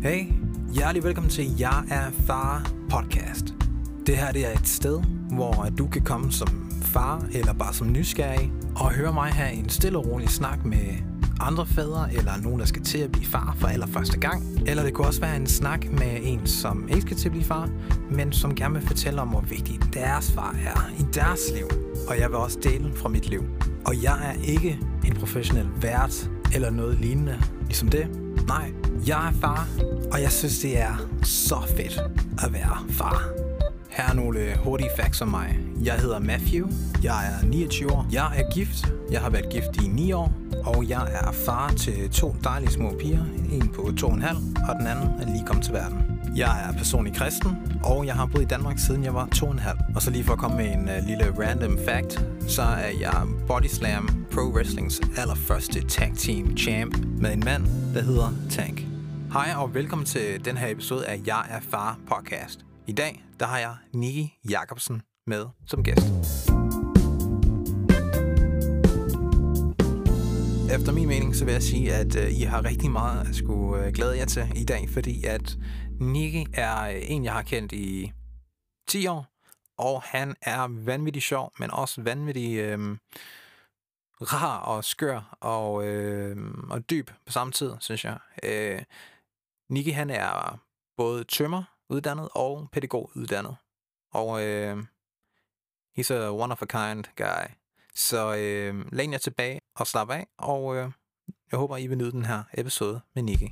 Hey, hjertelig velkommen til Jeg er Far podcast. Det her det er et sted, hvor du kan komme som far eller bare som nysgerrig og høre mig have en stille og rolig snak med andre fædre eller nogen, der skal til at blive far for allerførste gang. Eller det kunne også være en snak med en, som ikke skal til at blive far, men som gerne vil fortælle om, hvor vigtig deres far er i deres liv. Og jeg vil også dele fra mit liv. Og jeg er ikke en professionel vært eller noget lignende ligesom det. Nej, jeg er far, og jeg synes, det er så fedt at være far. Her er nogle hurtige facts om mig. Jeg hedder Matthew, jeg er 29 år, jeg er gift, jeg har været gift i 9 år, og jeg er far til 2 dejlige små piger, en på 2,5, og den anden er lige kommet til verden. Jeg er personlig kristen, og jeg har boet i Danmark siden jeg var 2,5. Og så lige for at komme med en lille random fact, så er jeg Body Slam Pro Wrestlings allerførste tag team champ med en mand, der hedder Tank. Hej og velkommen til den her episode af Jeg er Far podcast. I dag, der har jeg Nikki Jacobsen med som gæst. Efter min mening, så vil jeg sige, at I har rigtig meget at skulle glæde jer til i dag, fordi at Nikki er en, jeg har kendt i 10 år, og han er vanvittig sjov, men også vanvittig rar og skør og dyb på samme tid, synes jeg. Nikki, han er både tømrer uddannet og pædagog uddannet, og he's a one of a kind guy. Så læn jer tilbage og slap af, og jeg håber, I vil nyde den her episode med Nikki.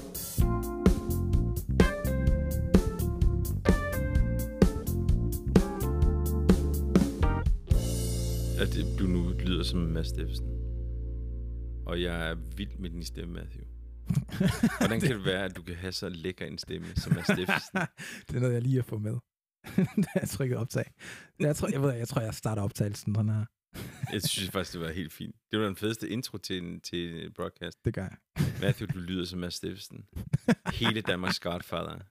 At du nu lyder som Mads Steffensen. Og jeg er vild med din stemme, Matthew. Hvordan kan det være, at du kan have så lækker en stemme som Mads Steffensen? Det er noget, jeg lige har fået med. Da jeg trykkede optag. Jeg tror, jeg starter optagelsen sådan her. Jeg synes faktisk, det var helt fint. Det var den fedeste intro til en broadcast. Det gør jeg. Matthew, du lyder som Mads Steffensen. Hele Danmarks Godfather.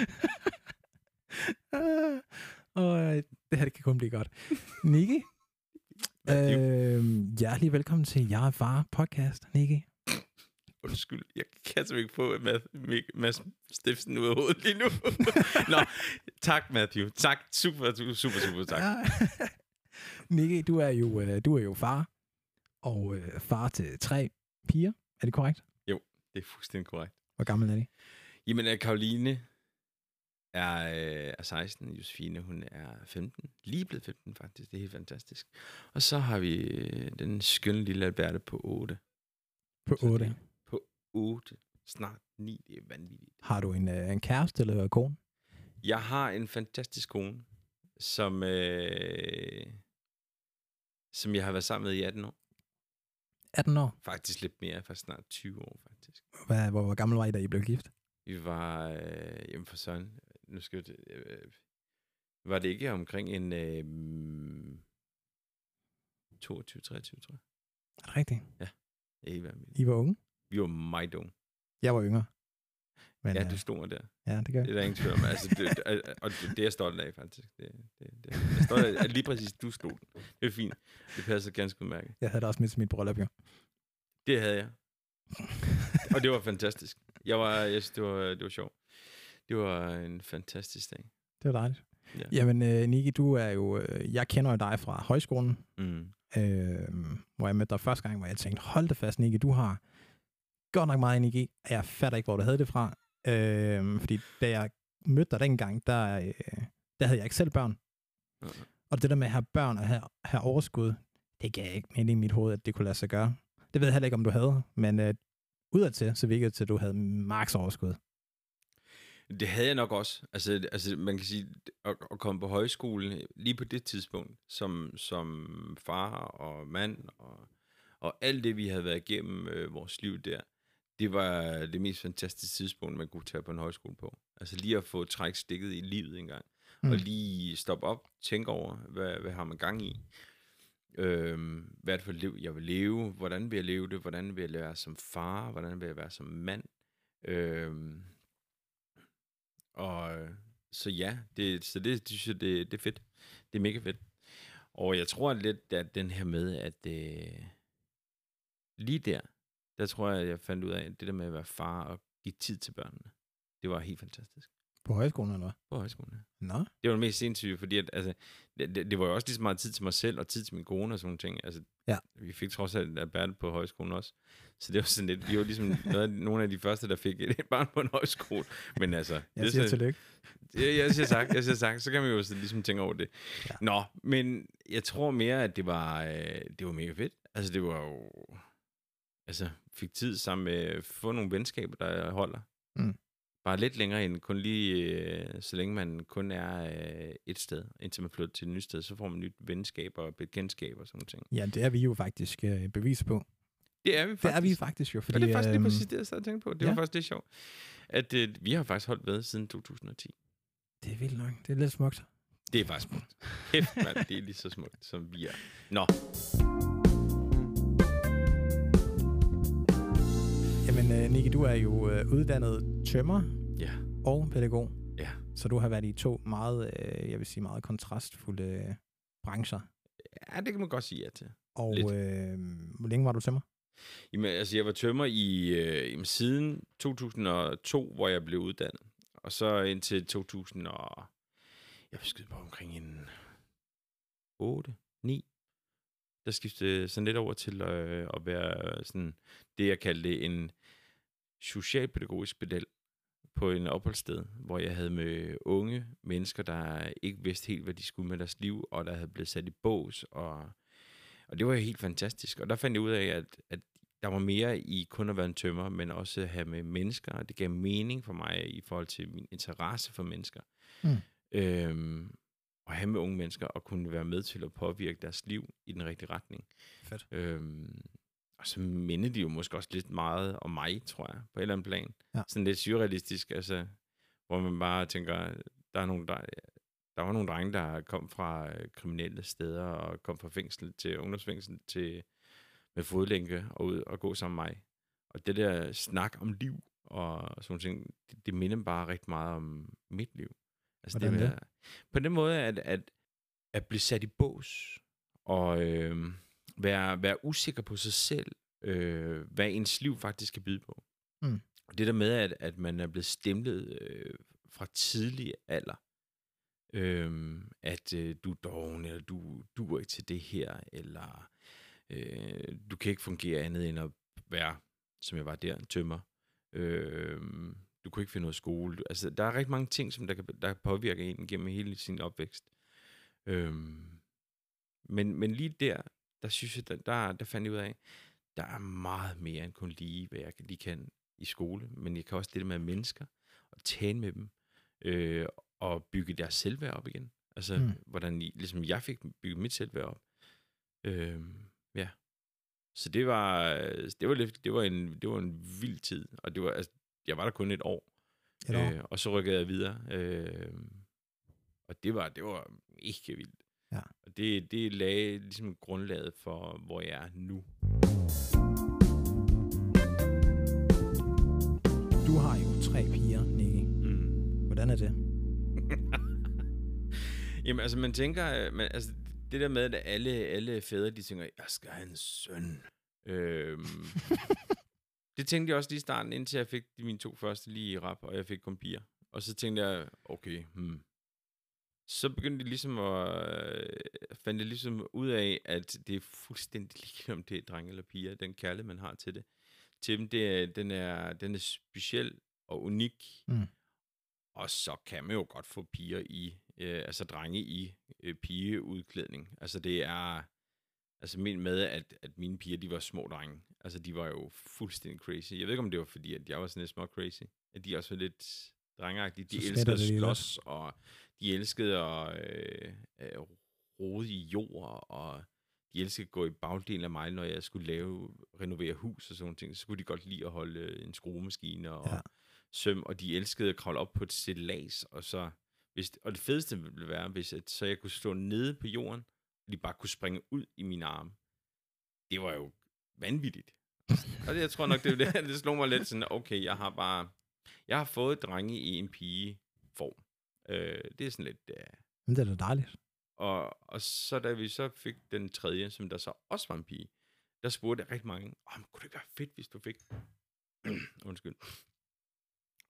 Det her det kan kun blive godt. Nikki? Hjertelig velkommen til Jeg er Far podcast, Nikki. Undskyld, jeg kan simpelthen ikke få Mads Steffensen ud af hovedet lige nu. Nå, tak Matthew. Tak, super tak. Nikki, du er jo far, og far til 3 piger. Er det korrekt? Jo, det er fuldstændig korrekt. Hvor gammel er de? Jamen, Karoline er 16, Josefine, hun er 15. Lige blevet 15, faktisk. Det er helt fantastisk. Og så har vi den skønne lille Alberte på 8. På 8? På 8. Snart 9. Det er vanvittigt. Har du en kæreste eller kone? Jeg har en fantastisk kone, som jeg har været sammen med i 18 år. 18 år? Faktisk lidt mere, faktisk snart 20 år, faktisk. Hvor gammel var I, da I blev gift? Vi var hjemme for søn. Nu skal jeg var det ikke omkring en 22-23, tror jeg. Er det rigtigt? Ja. I var unge? Vi var meget unge. Jeg var yngre. Men, ja, du stod mig der. Ja, det gør. Det er der ingen tvivl om. Altså, det er jeg stolt af, faktisk. Jeg er stolt af, at lige præcis du stod den. Det er fint. Det passer ganske udmærket. Jeg havde det også med til mit bryllup, jo. Det havde jeg. Og det var fantastisk. Jeg synes, det var sjovt. Det var en fantastisk dag. Det var dejligt. Ja. Jamen, Nikki, du er jo... jeg kender jo dig fra højskolen, hvor jeg mødte dig første gang, hvor jeg tænkte, hold da fast, Nikki, du har godt nok meget energi. Jeg fatter ikke, hvor du havde det fra. Fordi da jeg mødte dig dengang, der havde jeg ikke selv børn. Og det der med at have børn og have overskud, det gav ikke mening i mit hoved, at det kunne lade sig gøre. Det ved jeg heller ikke, om du havde, men udadtil, så virkede det til, at du havde maks overskud. Det havde jeg nok også. Altså man kan sige, at komme på højskole lige på det tidspunkt, som far og mand, og alt det, vi havde været igennem vores liv der, det var det mest fantastiske tidspunkt, man kunne tage på en højskole på. Altså lige at få træk stikket i livet en gang, og lige stoppe op, tænke over, hvad har man gang i? Hvad er det for et liv, jeg vil leve? Hvordan vil jeg leve det? Hvordan vil jeg være som far? Hvordan vil jeg være som mand? Så ja, det synes jeg, det er fedt. Det er mega fedt. Og jeg tror lidt, at den her med, at lige der tror jeg fandt ud af, at det der med at være far og give tid til børnene, Det var helt fantastisk. På højskolen, eller hvad? På højskolen, ja. Nå. Det var det mest sindssyge, fordi at, altså, det var jo også lige så meget tid til mig selv, og tid til min kone og sådan nogle ting. Altså, ja. Vi fik trods alt Albert på højskolen også. Så det var sådan lidt, vi var ligesom nogle af de første, der fik et barn på en højskole. Men altså... Jeg siger tillykke. Jeg siger tak. Så kan man jo ligesom tænke over det. Ja. Nå, men jeg tror mere, at det var mega fedt. Altså, det var jo... Altså, fik tid sammen med... Få nogle venskaber, der holder. Bare lidt længere end kun lige... så længe man kun er et sted, indtil man flytter til et nyt sted, så får man nyt venskaber og bekendtskaber og sådan noget. Ja, det er vi jo faktisk bevis på. Det er vi faktisk. Det er vi faktisk jo, fordi... Og det er faktisk lige præcis det, jeg sad og tænkte på. Det var faktisk lidt sjovt. At vi har faktisk holdt ved siden 2010. Det er vildt nok. Det er lidt smukt. Det er faktisk smukt. Kæft, mand, det er lige så smukt, som vi er. Nå. Jamen, Nicky, du er jo uddannet tømrer og pædagog. Ja. Så du har været i to meget, jeg vil sige, meget kontrastfulde brancher. Ja, det kan man godt sige ja til. Og hvor længe var du tømrer? Jamen, altså, jeg var tømrer i siden 2002, hvor jeg blev uddannet. Og så indtil 2000 og... Jeg vil skyde på omkring en 8, 9. Der skiftede sådan lidt over til at være sådan det, jeg kaldte en socialpædagogisk pedel på en opholdssted, hvor jeg havde med unge mennesker, der ikke vidste helt, hvad de skulle med deres liv, og der havde blevet sat i bås, og det var jo helt fantastisk. Og der fandt jeg ud af, at der var mere i kun at være en tømrer, men også at have med mennesker, og det gav mening for mig i forhold til min interesse for mennesker. Og have med unge mennesker og kunne være med til at påvirke deres liv i den rigtige retning. Fedt. Og så minder de jo måske også lidt meget om mig, tror jeg, på et eller andet plan. Ja. Sådan lidt surrealistisk, altså, hvor man bare tænker, der var nogle drenge, der kom fra kriminelle steder og kom fra fængsel til ungdomsfængsel til med fodlænke og ud og gå sammen med mig. Og det der snak om liv og sådan ting, det minder bare rigtig meget om mit liv. Altså det? På den måde, at blive sat i bås, og være usikker på sig selv, hvad ens liv faktisk kan byde på. Og det der med, at man er blevet stemplet fra tidlig alder, at du er doven, eller du duer ikke til det her, eller du kan ikke fungere andet end at være, som jeg var der, en tømmer. Du kunne ikke finde noget skole. Altså, der er rigtig mange ting, som der kan påvirke en gennem hele sin opvækst. Men lige der synes jeg, der fandt jeg ud af, der er meget mere end kun lige, hvad jeg lige kan i skole. Men jeg kan også det der med mennesker, og tale med dem, og bygge deres selvværd op igen. Altså, hvordan ligesom jeg fik bygget mit selvværd op. Ja. Så det var en vild tid, og det var, altså, jeg var der kun et år. Og så rykkede jeg videre. Og det var ikke vildt. Ja. Og det lagde ligesom grundlaget for, hvor jeg er nu. Du har jo 3 piger, Nicky. Hvordan er det? Jamen, altså, man tænker... altså, det der med, at alle fædre, de tænker, jeg skal have en søn. Det tænkte jeg også lige i starten, indtil jeg fik mine 2 første lige i rap, og jeg fik kun piger. Og så tænkte jeg, okay, Så begyndte de ligesom fandt jeg ligesom ud af, at det er fuldstændig ligegyldigt, om det er drenge eller piger, den kærlighed, man har til det. Til dem, den er speciel og unik. Og så kan man jo godt få piger altså drenge i pigeudklædning. Altså det er... Altså med, at mine piger, de var små drenge. Altså, de var jo fuldstændig crazy. Jeg ved ikke, om det var fordi, at jeg var sådan lidt små crazy. At de også var lidt drengeagtige. De elskede at slås, og de elskede at rode i jord, og de elskede at gå i bagdelen af mig, når jeg skulle renovere hus og sådan ting. Så kunne de godt lide at holde en skruemaskine og søm, og de elskede at kravle op på et stillads, og det fedeste ville være, hvis så jeg kunne stå nede på jorden, de bare kunne springe ud i mine arme. Det var jo vanvittigt. Og jeg tror nok, det slog mig lidt sådan, okay, jeg har fået drenge i en pigeform. Det er sådan lidt... Men det er da dejligt. Og så da vi så fik den tredje, som der så også var en pige, der spurgte rigtig mange, kunne det ikke være fedt, hvis du fik... Undskyld.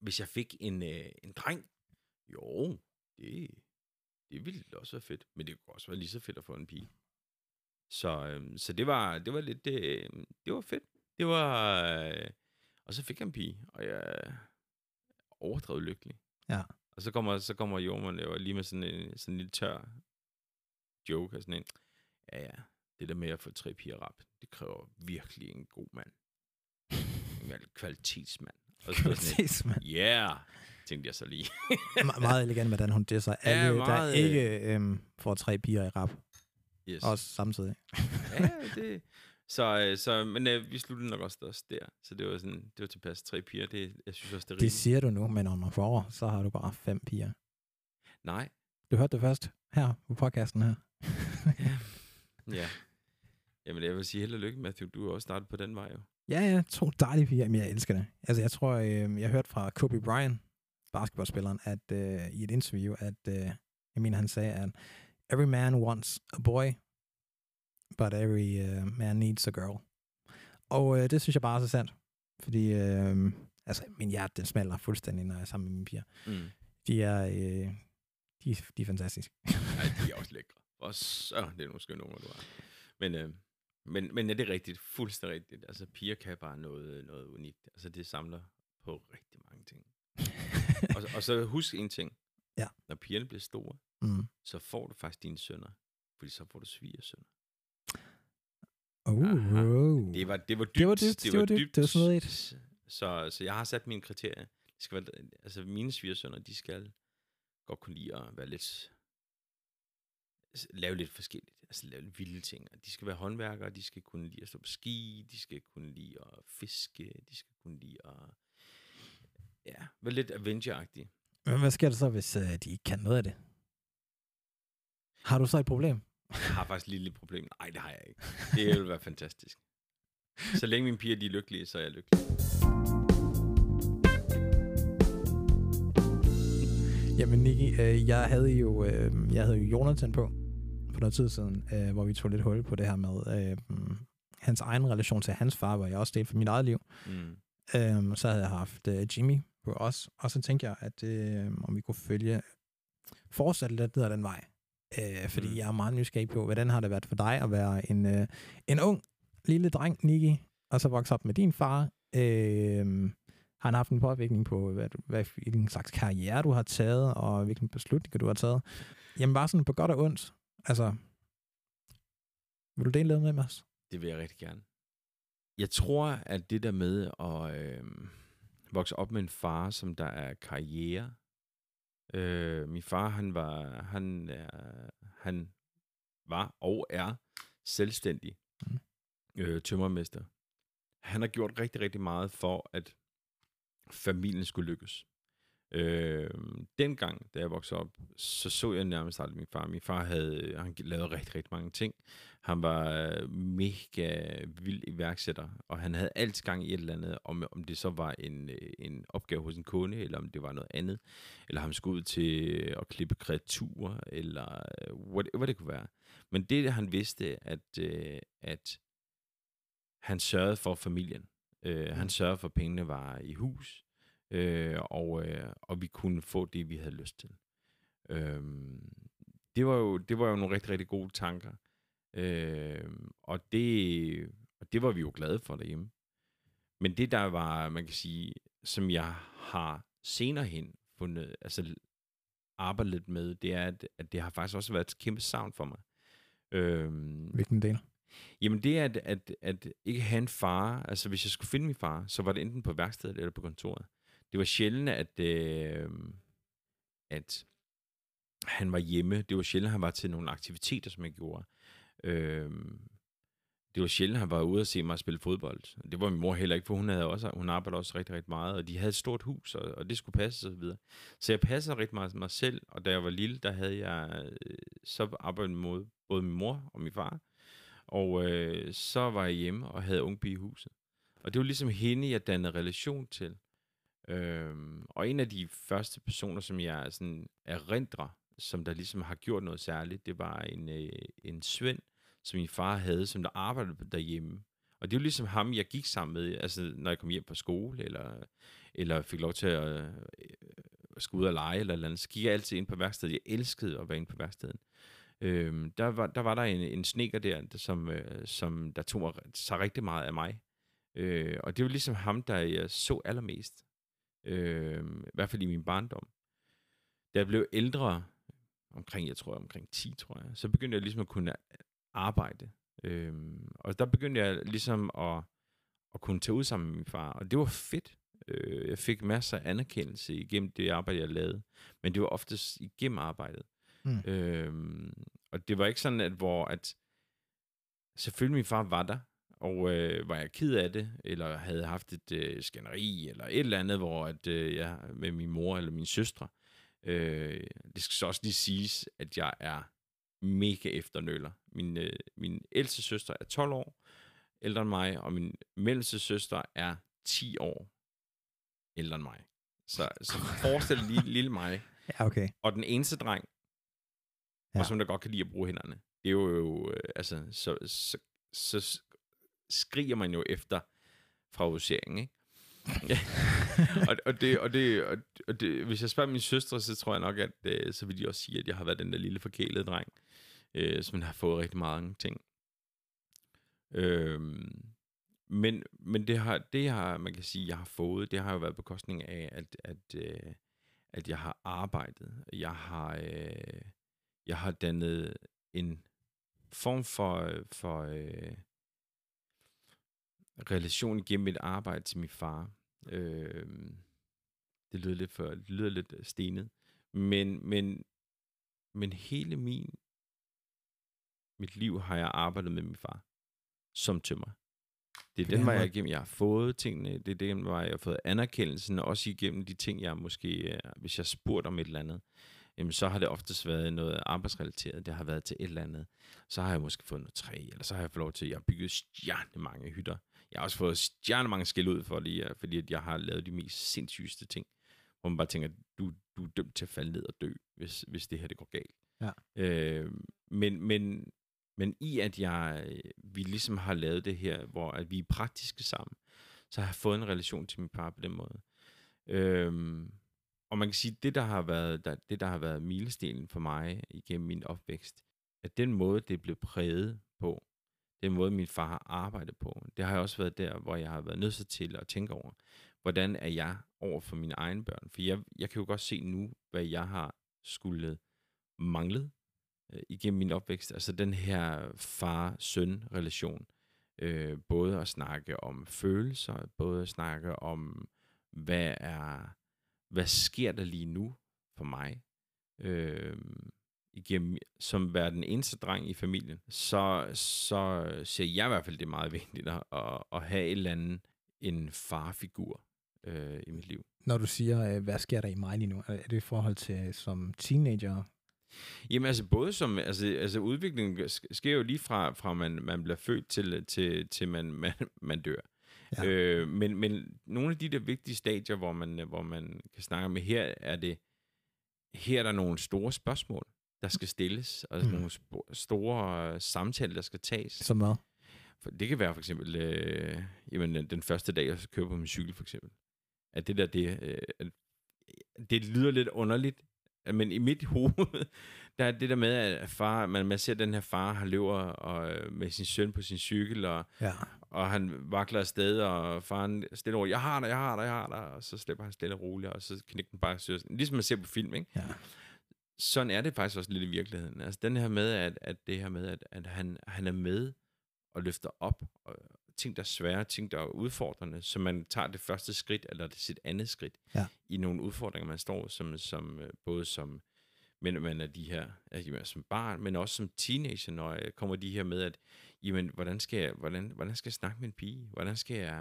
hvis jeg fik en dreng, jo, det ville også være fedt. Men det kunne også være lige så fedt at få en pige. Så det var lidt, det var fedt. Det var, og så fik jeg en pige, og jeg overdrevet lykkelig. Ja. Og så kommer jordmanden jo lige med sådan en lille tør joke, og sådan en, ja, det der med at få 3 piger rap, det kræver virkelig en god mand. En kvalitetsmand. Kvalitetsmand. Yeah, tænkte jeg så lige. Meget elegant, hvordan hun disser alle, meget, der ikke får 3 piger i rap. Yes. Også samtidig. Ja, det... Men vi sluttede nok også der. Så det var tilpas 3 piger. Jeg synes også, det er rimeligt. Det siger du nu, men om nogle år, så har du bare 5 piger. Nej. Du hørte det først her på podcasten her. Ja. Jamen, jeg vil sige held og lykke, Matthew. Du er også startet på den vej, jo. Ja, 2 dejlige piger. Men jeg elsker det. Altså, jeg tror, jeg hørte fra Kobe Bryant, basketballspilleren, at i et interview, at jeg mener, han sagde, at every man wants a boy, but every man needs a girl. Og det synes jeg bare er så sandt. Fordi, min hjerte, den smelter fuldstændig, når jeg er sammen med mine piger. Mm. De er fantastiske. Ja, de er også lækre. Og så, det er nogle skønne unger, du har. Men er det rigtigt? Fuldstændig rigtigt. Altså, piger kan bare noget unikt. Altså, det samler på rigtig mange ting. og så husk en ting. Ja. Når pigerne bliver store, så får du faktisk dine sønner. Fordi så får du svigersønner. Det var dybt. Det var dybt. Det var sådan noget. Så jeg har sat mine kriterier. Det skal være, altså, mine svigersønner, de skal godt kunne lide at være lidt... lave lidt forskelligt, altså lave lidt vilde ting. De skal være håndværkere, de skal kunne lide at stå på ski, de skal kunne lide at fiske, de skal kunne lide at være lidt adventure-agtige. Men hvad sker der så, hvis de ikke kan noget af det? Har du så et problem? Jeg har faktisk et lille problem. Nej, det har jeg ikke. Det vil være fantastisk. Så længe mine piger de er lykkelige, så er jeg lykkelig. Jamen Nicky, jeg havde jo Jonathan på for noget tid siden, hvor vi tog lidt hul på det her med hans egen relation til hans far, hvor jeg også delte for mit eget liv. Så havde jeg haft Jimmy på os, og så tænkte jeg, at om vi kunne fortsætte lidt ned ad den vej. Fordi jeg er meget nysgerrig på, hvordan har det været for dig at være en ung lille dreng, Nicky, og så vokse op med din far. Har han haft en påvirkning på, hvilken slags karriere du har taget, og hvilken beslutninger du har taget? Jamen bare sådan på godt og ondt. Altså, vil du dele lidt med os? Det vil jeg rigtig gerne. Jeg tror, at det der med at vokse op med en far, som der er karriere. Min far, han var og er selvstændig tømrermester. Han har gjort rigtig, rigtig meget for, at familien skulle lykkes. Dengang, da jeg voksede op, så jeg nærmest aldrig min far. Min far han lavet rigtig, rigtig mange ting. Han var mega vild iværksætter, og han havde altid gang i et eller andet, om det så var en opgave hos en kunde, eller om det var noget andet, eller ham skulle ud til at klippe kreaturer, eller hvad det kunne være. Men det, han vidste, at han sørgede for familien. Han sørgede for, at pengene var i hus, og vi kunne få det, vi havde lyst til. Det var jo nogle rigtig, rigtig gode tanker. Og det var vi jo glade for derhjemme. Men det, der var, man kan sige, som jeg har senere hen fundet, altså arbejdet lidt med, det er, at det har faktisk også været et kæmpe savn for mig. Hvilken del? Jamen det er, at ikke have en far. Altså hvis jeg skulle finde min far, så var det enten på værkstedet eller på kontoret. Det var sjældent, at han var hjemme. Det var sjældent, at han var til nogle aktiviteter, som jeg gjorde. Det var sjældent, at han var ude og se mig spille fodbold. Det var min mor heller ikke, for hun arbejdede også rigtig, rigtig meget, og de havde et stort hus, og det skulle passe og så videre. Så jeg passede rigtig meget mig selv, og da jeg var lille, der havde jeg så arbejdet mod både min mor og min far. Og så var jeg hjemme og havde ung pige i huset. Og det var ligesom hende, jeg dannede relation til. Og en af de første personer, som jeg sådan erindrer, som der ligesom har gjort noget særligt, det var en Svend, som min far havde, som der arbejdede derhjemme. Og det var ligesom ham, jeg gik sammen med, altså når jeg kom hjem fra skole, eller fik lov til at skulle ud og lege eller andet, så gik jeg altid ind på værkstedet. Jeg elskede at være inde på værkstedet. Der var der en snedker der, som der tog sig rigtig meget af mig. Og det var ligesom ham, der jeg så allermest. I hvert fald i min barndom. Da jeg blev ældre, omkring 10, tror jeg, så begyndte jeg ligesom at kunne arbejde. Og der begyndte jeg ligesom at kunne tage ud sammen med min far. Og det var fedt. Jeg fik masser af anerkendelse igennem det arbejde, jeg lavede. Men det var oftest igennem arbejdet. Og det var ikke sådan, at selvfølgelig min far var der, og var jeg ked af det, eller havde haft et skænderi, eller et eller andet, hvor jeg med min mor eller min søstre. Det skal så også lige siges, at jeg er mega efternøller. Min ældste søster er 12 år ældre end mig, og min mellemste søster er 10 år ældre end mig. Så forestil dig lige lille mig. Ja, okay. Og den eneste dreng, og som der godt kan lide at bruge hænderne. Det er jo altså, så skriger man jo efter favorisering, ikke? og det, hvis jeg spørger min søstre, så tror jeg nok, at så vil de også sige, at jeg har været den der lille forkælede dreng, som har fået rigtig mange ting. Men det har, man kan sige, jeg har fået, det har jo været på bekostning af, at jeg har arbejdet. Jeg har dannet en form for relation gennem mit arbejde til min far. Det lyder lidt stenet. Men hele mit liv har jeg arbejdet med min far som tømrer. Det er den vej, jeg har fået tingene. Det er den vej, jeg har fået anerkendelsen, også igennem de ting, jeg måske, hvis jeg spurgte om et eller andet, jamen, så har det oftest været noget arbejdsrelateret. Det har været til et eller andet. Så har jeg måske fået noget træ, eller så har jeg fået lov til, at jeg har bygget stjernemange hytter. Jeg har også fået stjernemange skæld ud for det, fordi at jeg har lavet de mest sindssygeste ting, hvor man bare tænker, du er dømt til at falde ned og dø, hvis det her det går galt. Ja. Men i at vi ligesom har lavet det her, hvor at vi er praktiske sammen, så har jeg fået en relation til min far på den måde. Og man kan sige, det der har været milestenen for mig igennem min opvækst, at den måde, det blev præget på, den måde, min far har arbejdet på, det har også været der, hvor jeg har været nødt til at tænke over, hvordan er jeg over for mine egne børn? For jeg kan jo godt se nu, hvad jeg har skulle manglet igennem min opvækst. Altså den her far-søn-relation. Både at snakke om følelser, både at snakke om, hvad sker der lige nu for mig? Igennem, som være den eneste dreng i familien, så ser jeg i hvert fald, det er meget vigtigt at have en farfigur i mit liv. Når du siger, hvad sker der i mig lige nu? Er det i forhold til som teenager? Jamen altså både som, altså udviklingen sker jo lige fra man bliver født til man dør. Ja. Men nogle af de der vigtige stadier, hvor man kan snakke med, her er der nogle store spørgsmål, der skal stilles, og nogle store samtaler, der skal tages. Som hvad? Det kan være for eksempel, den første dag, jeg kører på min cykel for eksempel. At det lyder lidt underligt, men i mit hoved, der er det der med, at far, man ser den her far, han løber og, med sin søn på sin cykel, og han vakler afsted, og faren stille over, jeg har dig, og så slipper han stille og roligt, og så knækker den bare, ligesom man ser på film, ikke? Ja. Sådan er det faktisk også lidt i virkeligheden. Altså den her med, at han er med og løfter op, og ting, der er svære, ting, der er udfordrende, så man tager det første skridt, eller det sit andet skridt, i nogle udfordringer, man står som både som man er de her, som barn, men også som teenager, når jeg kommer de her med, at jamen, hvordan skal jeg snakke med en pige? Hvad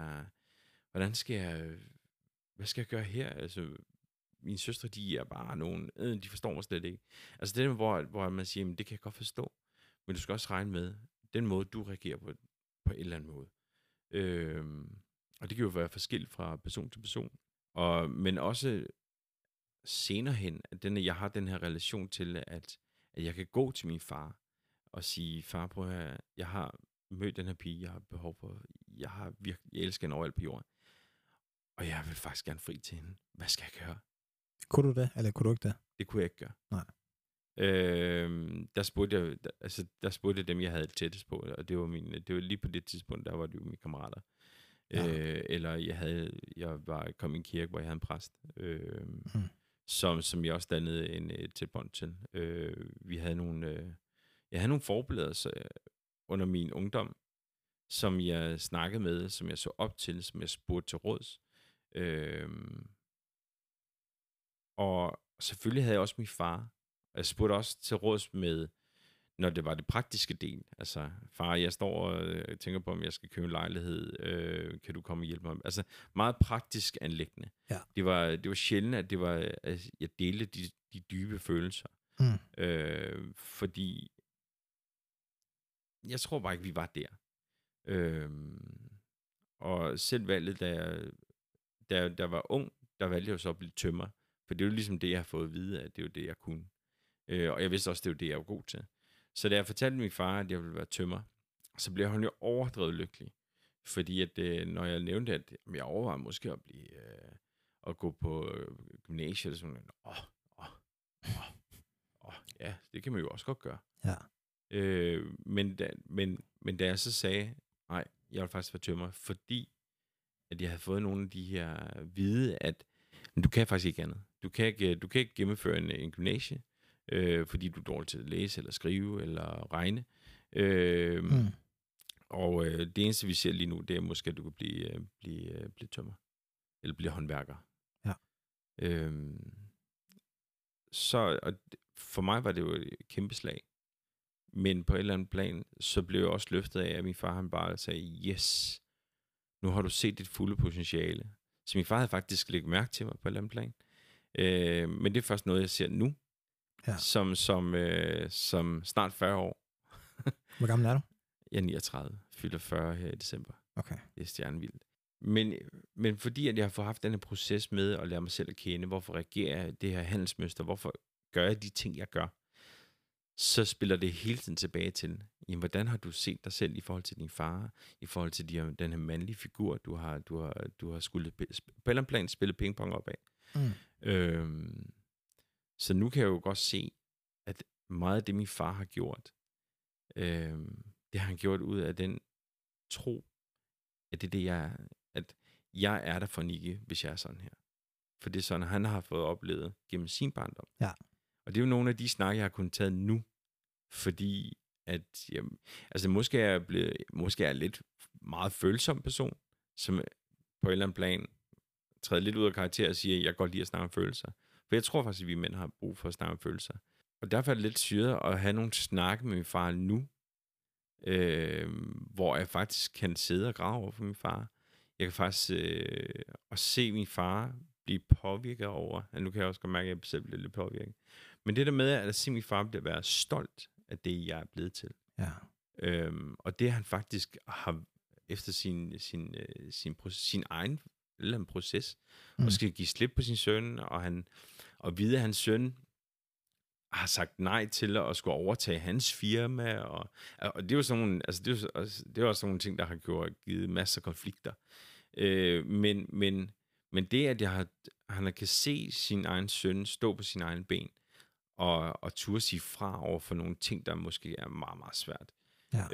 skal jeg gøre her? Altså, mine søstre, de er bare nogen, de forstår mig slet ikke. Altså det, hvor man siger, jamen, det kan jeg godt forstå, men du skal også regne med, den måde, du reagerer på en eller anden måde. Og det kan jo være forskelligt fra person til person. Men også senere hen, at jeg har den her relation til, at jeg kan gå til min far og sige, far, prøv at høre, jeg har mødt den her pige, jeg har behov for, jeg elsker hende overalt på jorden. Og jeg vil faktisk gerne fri til hende. Hvad skal jeg gøre? Kunne du det, eller kunne du ikke det? Det kunne jeg ikke gøre. Nej. Der spurgte jeg dem, jeg havde tættest på, og det var lige på det tidspunkt, der var det jo mine kammerater. Ja. Eller jeg var kommet i en kirke, hvor jeg havde en præst, som jeg også dannede et tæt bånd til. Jeg havde nogle forbilleder under min ungdom, som jeg snakkede med, som jeg så op til, som jeg spurgte til råds. Og selvfølgelig havde jeg også min far. Jeg spurgte også til råds med, når det var det praktiske del. Altså, far, jeg står og tænker på, om jeg skal købe en lejlighed. Kan du komme og hjælpe mig? Altså, meget praktisk anliggende. Ja. Det var sjældent, at jeg delte de dybe følelser. Fordi jeg tror bare ikke, vi var der. Og selv valget, da jeg var ung, der valgte jeg jo så at blive tømrer. For det er jo ligesom det, jeg har fået at vide, at det er jo det, jeg kunne. Og jeg vidste også, det er jo det, jeg var god til. Så da jeg fortalte min far, at jeg ville være tømrer, så blev han jo overdrevet lykkelig. Fordi at, når jeg nævnte, at jeg overvejede måske at gå på gymnasiet, eller sådan ja, det kan man jo også godt gøre. Ja. Men da jeg så sagde, nej, jeg vil faktisk være tømrer, fordi at jeg havde fået nogle af de her vide, at du kan faktisk ikke andet. Du kan ikke gennemføre en gymnasie, fordi du er dårlig til at læse, eller skrive, eller regne. Og det eneste, vi ser lige nu, det er måske, at du kan blive tømrer. Eller blive håndværker. Ja. Og for mig var det jo et kæmpe slag. Men på et eller andet plan, så blev jeg også løftet af, at min far han bare sagde, yes, nu har du set dit fulde potentiale. Så min far havde faktisk lægget mærke til mig på et eller andet plan. Men det er først noget, jeg ser nu. Ja. Som snart 40 år. Hvor gammel er du? Jeg er 39. Fylder 40 her i december. Okay. Det er stjernevildt. Men fordi at jeg har fået haft denne proces med at lære mig selv at kende, hvorfor reagerer jeg det her handelsmønster, hvorfor gør jeg de ting, jeg gør, så spiller det hele tiden tilbage til, jamen, hvordan har du set dig selv i forhold til din far, i forhold til den her mandlige figur, du har skulle på en eller anden plan spille pingpong op af. Så nu kan jeg jo godt se, at meget af det, min far har gjort, det har han gjort ud af den tro, at det er det, jeg er. At jeg er der for Nicky, hvis jeg er sådan her. For det er sådan, han har fået oplevet gennem sin barndom. Ja. Og det er jo nogle af de snakke, jeg har kunnet tage nu, fordi at måske er jeg lidt meget følsom person, som på en eller anden plan træder lidt ud af karakter og siger, at jeg kan godt lide at snakke om følelser. For jeg tror faktisk, at vi mænd har brug for at snakke om følelser. Og derfor er det lidt syret at have nogle snakke med min far nu, hvor jeg faktisk kan sidde og grave over for min far. Jeg kan faktisk også se min far blive påvirket over, nu kan jeg også godt mærke, at jeg selv bliver lidt påvirket. Men det der med, at se min far blive være stolt af det, jeg er blevet til. Ja. Og det han faktisk har, efter sin egen eller proces, og skal give slip på sin søn, og vide, at hans søn har sagt nej til at skulle overtage hans firma, og det er jo sådan nogle, altså det er også sådan nogle ting, der har givet masser af konflikter. Men det, at han kan se sin egen søn stå på sin egen ben, og turde sige fra over for nogle ting, der måske er meget, meget svært. Ja.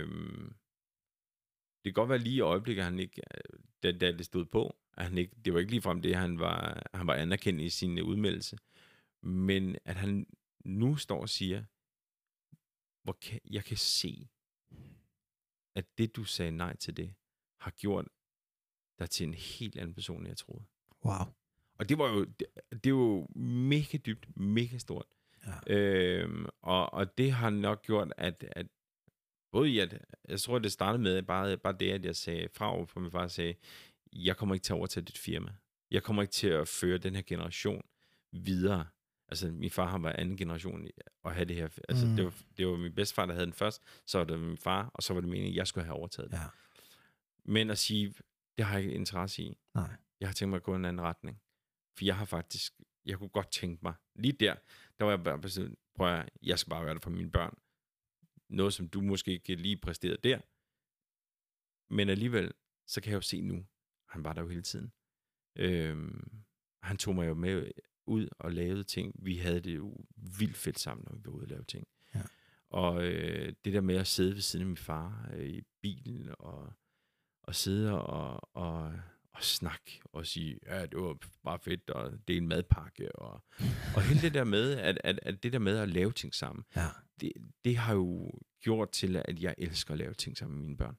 Det kan godt være lige i øjeblikket, han ikke, da det stod på, at han ikke, det var ikke ligefrem det, han var anerkendt i sin udmeldelse, men at han nu står og siger, jeg kan se, at det, du sagde nej til det, har gjort dig til en helt anden person, end jeg troede. Wow. Og det var jo mega dybt, mega stort. Ja. Og det har nok gjort, at både jeg tror, det startede med bare det, at jeg sagde fra over for min far, sagde, jeg kommer ikke til at overtage dit firma. Jeg kommer ikke til at føre den her generation videre. Altså, min far har været anden generation at have det her. Altså, det var min bedstefar, der havde den først, så var det min far, og så var det meningen, at jeg skulle have overtaget det. Ja. Men at sige, det har jeg ikke interesse i. Nej. Jeg har tænkt mig at gå i en anden retning. For jeg kunne godt tænke mig, lige der var jeg bare sådan, jeg skal bare være der for mine børn. Noget, som du måske ikke lige præsterede der. Men alligevel, så kan jeg jo se nu, han var der jo hele tiden. Han tog mig jo med ud og lavede ting. Vi havde det jo vildt fedt sammen, når vi var ude og lave ting. Ja. Og det der med at sidde ved siden af min far i bilen og sidde og snakke og sige, ja, det var bare fedt, og det er en madpakke. Og hele det der med, at det der med at lave ting sammen, Ja. det har jo gjort til, at jeg elsker at lave ting sammen med mine børn.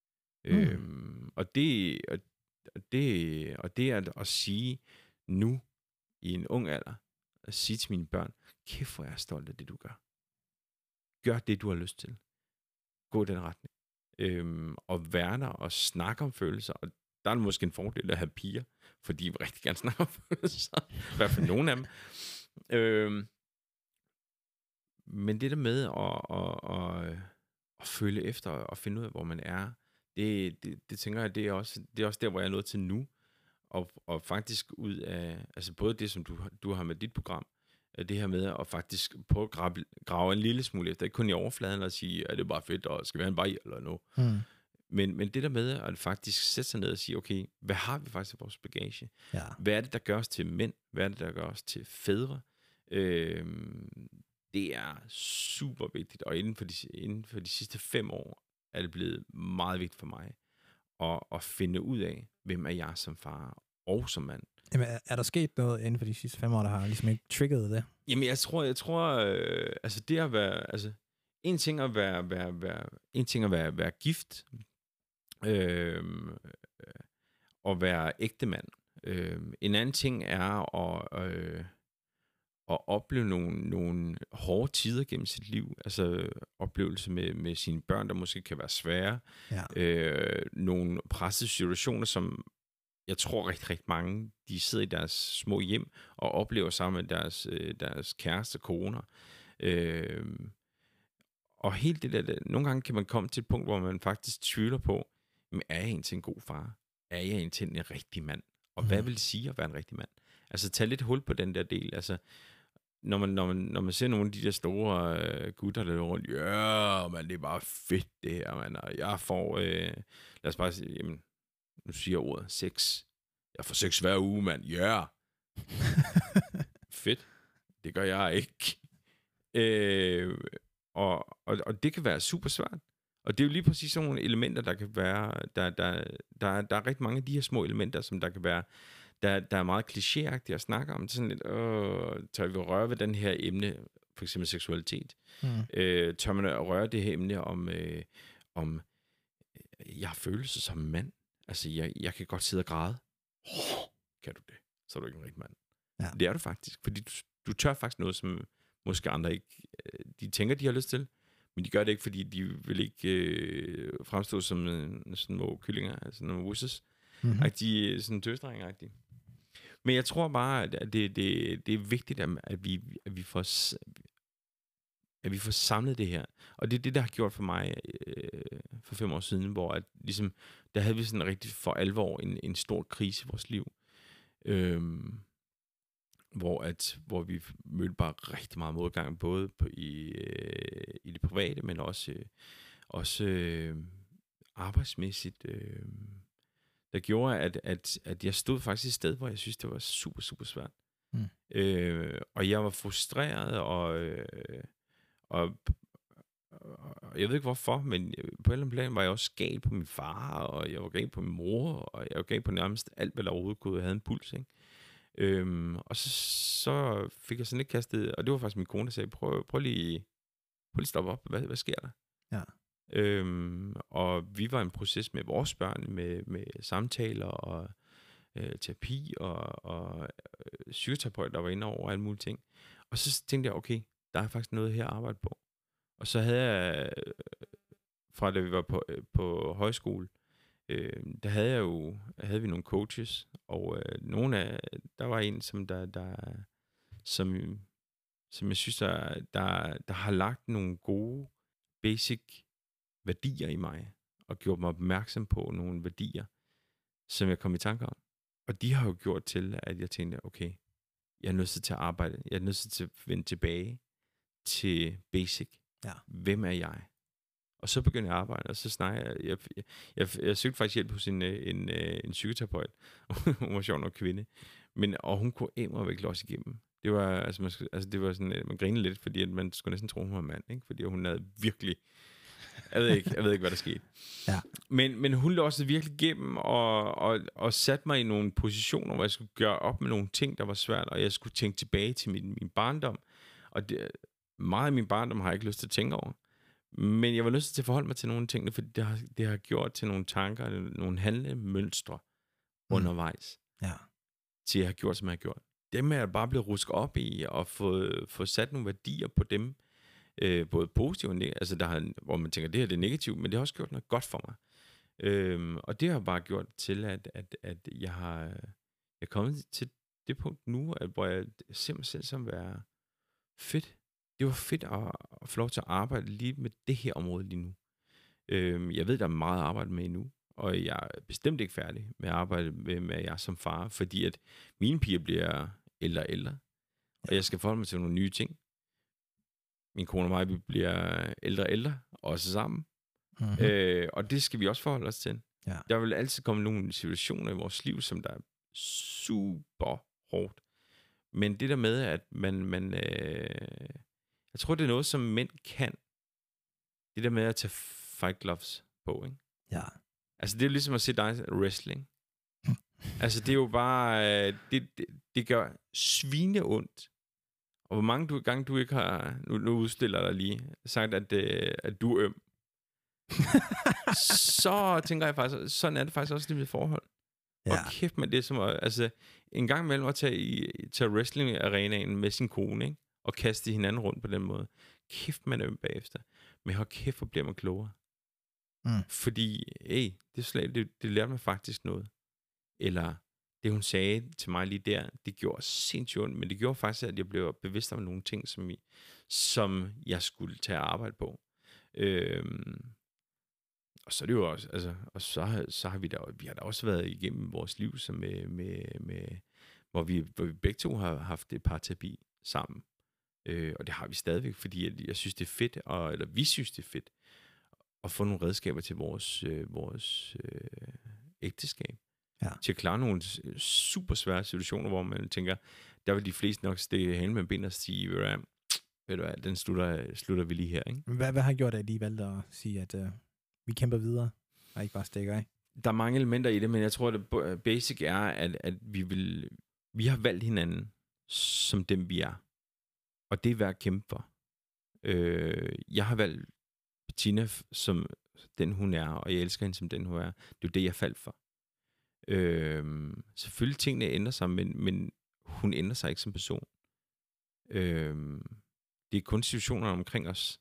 Og det er at sige nu, i en ung alder, at sige til mine børn, kæft, hvor jeg er stolt af det, du gør. Gør det, du har lyst til. Gå i den retning. Og være der og snakke om følelser. Og der er måske en fordel at have piger, for de vil rigtig gerne snakke om følelser. I hvert fald nogle af dem. Men det der med at følge efter og finde ud af, hvor man er, det tænker jeg, det er også der, hvor jeg er nået til nu. Og faktisk ud af, altså både det, som du har med dit program, det her med at faktisk prøve at grave en lille smule efter, ikke kun i overfladen og sige, er det bare fedt, og skal vi have en bajer eller noget. Men det der med at faktisk sætte sig ned og sige, okay, hvad har vi faktisk i vores bagage? Ja. Hvad er det, der gør os til mænd? Hvad er det, der gør os til fædre? Det er super vigtigt, og inden for de sidste 5 år er det blevet meget vigtigt for mig at finde ud af, hvem er jeg som far og som mand. Jamen, er der sket noget inden for de sidste 5 år, der har ligesom ikke trigget det? Jamen, jeg tror, altså det at være, altså en ting at være gift, og være ægte mand. En anden ting er at opleve nogle hårde tider gennem sit liv, altså oplevelse med sine børn, der måske kan være svære, nogle pressede situationer, som jeg tror rigtig mange, de sidder i deres små hjem og oplever sammen med deres kæreste, koner. Og helt det der, nogle gange kan man komme til et punkt, hvor man faktisk tvivler på, men er jeg egentlig en god far? Er jeg egentlig en rigtig mand? Og hvad vil det sige at være en rigtig mand? Altså tag lidt hul på den der del. Altså når man ser nogle af de der store gutter, der løber rundt, ja, man, det er bare fedt det her, man. Og jeg får, lad os bare sige, jamen, nu siger jeg ordet, sex. Jeg får sex hver uge, mand. Ja. Yeah. Fedt. Det gør jeg ikke. Og det kan være super svært. Og det er jo lige præcis sådan nogle elementer, der kan være, der er rigtig mange af de her små elementer, som der kan være, der er meget klichéagtige at snakke om. Det er sådan lidt, tør vi røre ved den her emne, for eksempel seksualitet? Tør man røre det her emne om jeg har følelser som mand? Altså, jeg kan godt sidde og græde. Kan du det? Så er du ikke en rigtig mand. Ja. Det er du faktisk, fordi du tør faktisk noget, som måske andre ikke, de tænker, de har lyst til, men de gør det ikke, fordi de vil ikke fremstå som sådan små kyllinger, altså nogle wusses. De sådan tøsdrenge-agtige. Men jeg tror bare, at det er vigtigt, at vi får samlet det her. Og det er det, der har gjort for mig for 5 år siden, hvor at, ligesom, der havde vi sådan rigtig for alvor en stor krise i vores liv. Hvor vi mødte bare rigtig meget modgang, både i det private, men også arbejdsmæssigt. Der gjorde, at jeg stod faktisk et sted, hvor jeg synes, det var super, super svært. Og jeg var frustreret, og jeg ved ikke hvorfor, men på en eller anden plan var jeg også gal på min far, og jeg var gal på min mor, og jeg var gal på nærmest alt, hvad der overhovedet kunne. Jeg havde en puls, ikke? Og så fik jeg sådan lidt kastet, og det var faktisk min kone, der sagde, prøv lige at stoppe op. Hvad sker der? Ja. Og vi var i en proces med vores børn, med samtaler og terapi og psykoterapeut, der var inde over alle mulige ting. Og så tænkte jeg, okay, der er faktisk noget her at arbejde på. Og så havde jeg, fra da vi var på højskole, der havde vi nogle coaches, og der var en, som jeg synes, der har lagt nogle gode basic værdier i mig, og gjort mig opmærksom på nogle værdier, som jeg kom i tanke om. Og de har jo gjort til, at jeg tænkte, okay, jeg er nødt til at arbejde, jeg er nødt til at vende tilbage til basic. Ja. Hvem er jeg? Og så begyndte jeg at arbejde, og så snakkede jeg søgte faktisk hjælp hos en psykoterapeut. Hun var sjov nok kvinde. Og hun kunne væk også igennem. Det var, det var sådan, man grinede lidt, fordi at man skulle næsten tro, hun var mand, ikke? Fordi hun havde virkelig, jeg ved ikke, hvad der skete. Ja. Men hun låste virkelig igennem, og satte mig i nogle positioner, hvor jeg skulle gøre op med nogle ting, der var svært, og jeg skulle tænke tilbage til min barndom. Og meget af min barndom har jeg ikke lyst til at tænke over. Men jeg var lyst til at forholde mig til nogle ting, fordi det har gjort til nogle tanker, nogle handlemønstre undervejs. Ja. Til jeg har gjort, som jeg har gjort. Dem er jeg bare blevet rusket op i, og få sat nogle værdier på dem. Både positivt og negativt, hvor man tænker, det her det er negativt, men det har også gjort noget godt for mig. Og det har bare gjort til, at jeg er kommet til det punkt nu, hvor jeg ser mig selv som være fedt. Det var fedt at få lov til at arbejde lige med det her område lige nu. Jeg ved, der er meget at arbejde med endnu, og jeg er bestemt ikke færdig med at arbejde med jer som far, fordi at mine piger bliver ældre og ældre, og jeg skal forholde mig til nogle nye ting. Min kone og mig, vi bliver ældre og ældre, også sammen. Mm-hmm. Og det skal vi også forholde os til. Ja. Der vil altid komme nogle situationer i vores liv, som der er super hårdt. Men det der med, at man jeg tror, det er noget, som mænd kan. Det der med at tage fight gloves på, ikke? Ja. Altså, det er jo ligesom at se dig wrestling. Altså, det er jo bare, det gør svine ondt. Og hvor mange gange du ikke har, nu udstiller dig lige, sagt, at du er øm. Så tænker jeg faktisk, sådan er det faktisk også i mit forhold. Ja. Og kæft med det, som altså, en gang imellem at tage wrestling-arenaen med sin kone, ikke? Og kaste hinanden rundt på den måde. Kæft, man er øm bagefter. Men hold kæft, hvor bliver man klogere. Fordi, det lærte mig faktisk noget. Eller det, hun sagde til mig lige der, det gjorde sindssygt ondt, men det gjorde faktisk, at jeg blev bevidst om nogle ting, som jeg skulle tage arbejde på. Og så er det jo også, altså, og så har vi har da også været igennem vores liv, som med hvor vi begge to har haft et parterapi sammen. Og det har vi stadigvæk, fordi jeg synes, det er fedt, eller vi synes, det er fedt, at få nogle redskaber til vores ægteskab. Ja. Til at klare nogle super svære situationer, hvor man tænker, der vil de fleste nok stikke halen med ben og sige, ved du hvad, den slutter vi lige her, ikke? Hvad har gjort, at I lige valgte at sige, at vi kæmper videre, og ikke bare stikker af? Der er mange elementer i det, men jeg tror, at basic er, at vi har valgt hinanden som dem, vi er. Og det er værd at kæmpe for. Jeg har valgt Bettina som den, hun er, og jeg elsker hende som den, hun er. Det er jo det, jeg faldt for. Selvfølgelig tingene ændrer sig, men hun ændrer sig ikke som person. Det er kun situationerne omkring os,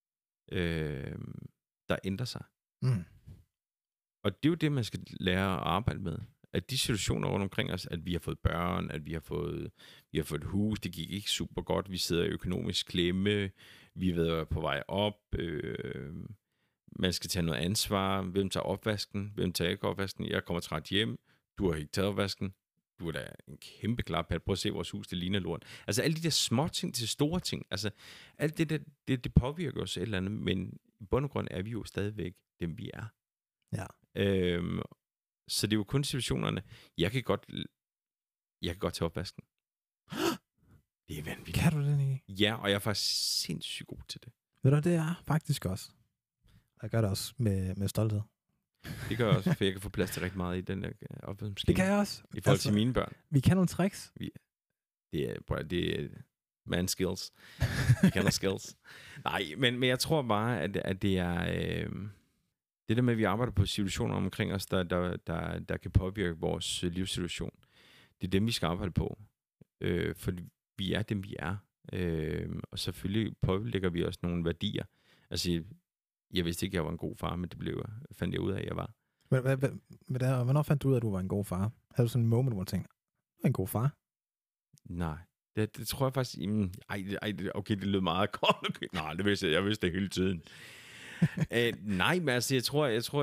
der ændrer sig. Og det er jo det, man skal lære at arbejde med. At de situationer rundt omkring os, at vi har fået børn, at vi har fået et hus, det gik ikke super godt, vi sidder i økonomisk klemme, vi har været på vej op, man skal tage noget ansvar, hvem tager opvasken, hvem tager ikke opvasken, jeg kommer træt hjem, du har ikke taget opvasken, du er da en kæmpe klaphat, prøv at se vores hus, det ligner lort. Altså alle de der små ting til store ting, altså alt det påvirker os et eller andet, men i bund og grund er vi jo stadigvæk dem, vi er. Ja. Så det er jo kun situationerne. Jeg kan godt tage opvasken. Det er vanvittigt. Kan du det ikke? Ja, og jeg er faktisk sindssygt god til det. Ved du, det er faktisk også. Jeg gør det også med stolthed. Det gør jeg også, for jeg kan få plads til rigtig meget i den der opvaskemaskine. Det kan jeg også. I forhold til mine børn. Vi kan nogle tricks. Det er man skills. Vi kan nogle skills. Nej, men jeg tror bare, at det er... Det der med, at vi arbejder på situationer omkring os, der kan påvirke vores livssituation. Det er dem, vi skal arbejde på. For vi er dem, vi er. Og selvfølgelig påvirker vi også nogle værdier. Altså, jeg vidste ikke, at jeg var en god far, men det fandt jeg ud af, at jeg var. Hvornår fandt du ud af, at du var en god far? Havde du sådan en moment, hvor du tænkte, du er en god far? Nej. Det tror jeg faktisk... Okay, det lød meget godt. Okay. Nej, det vidste jeg vidste det hele tiden. Nej, men altså, jeg tror, at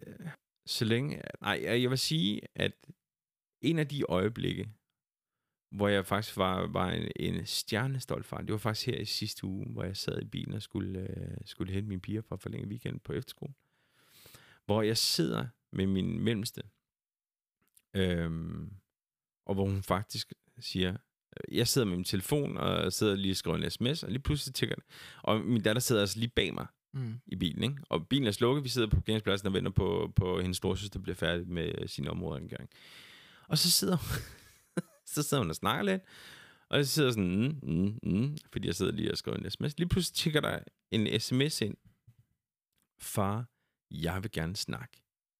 så længe... Nej, jeg vil sige, at en af de øjeblikke, hvor jeg faktisk var en stjernestolt far. Det var faktisk her i sidste uge, hvor jeg sad i bilen og skulle hente mine piger for at forlænge weekend på efterskole. Hvor jeg sidder med min mellemste, og hvor hun faktisk siger, jeg sidder med min telefon, og sidder lige og skriver en sms, og lige pludselig tikker det. Og min datter sidder altså lige bag mig i bilen, ikke? Og bilen er slukket, vi sidder på parkeringspladsen og venter på hendes storesøster, der bliver færdig med sine områder engang. Og så sidder hun og snakker lidt, og jeg sidder sådan, fordi jeg sidder lige og skriver en sms. Lige pludselig tikker der en sms ind. Far, jeg vil gerne snakke.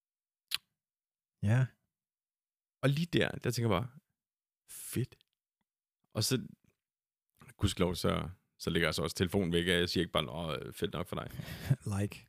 Ja. Og lige der tænker jeg bare, fedt. Og så, gudskelov, så lægger jeg så også telefonen væk, og jeg siger ikke bare, fedt nok for dig. Like.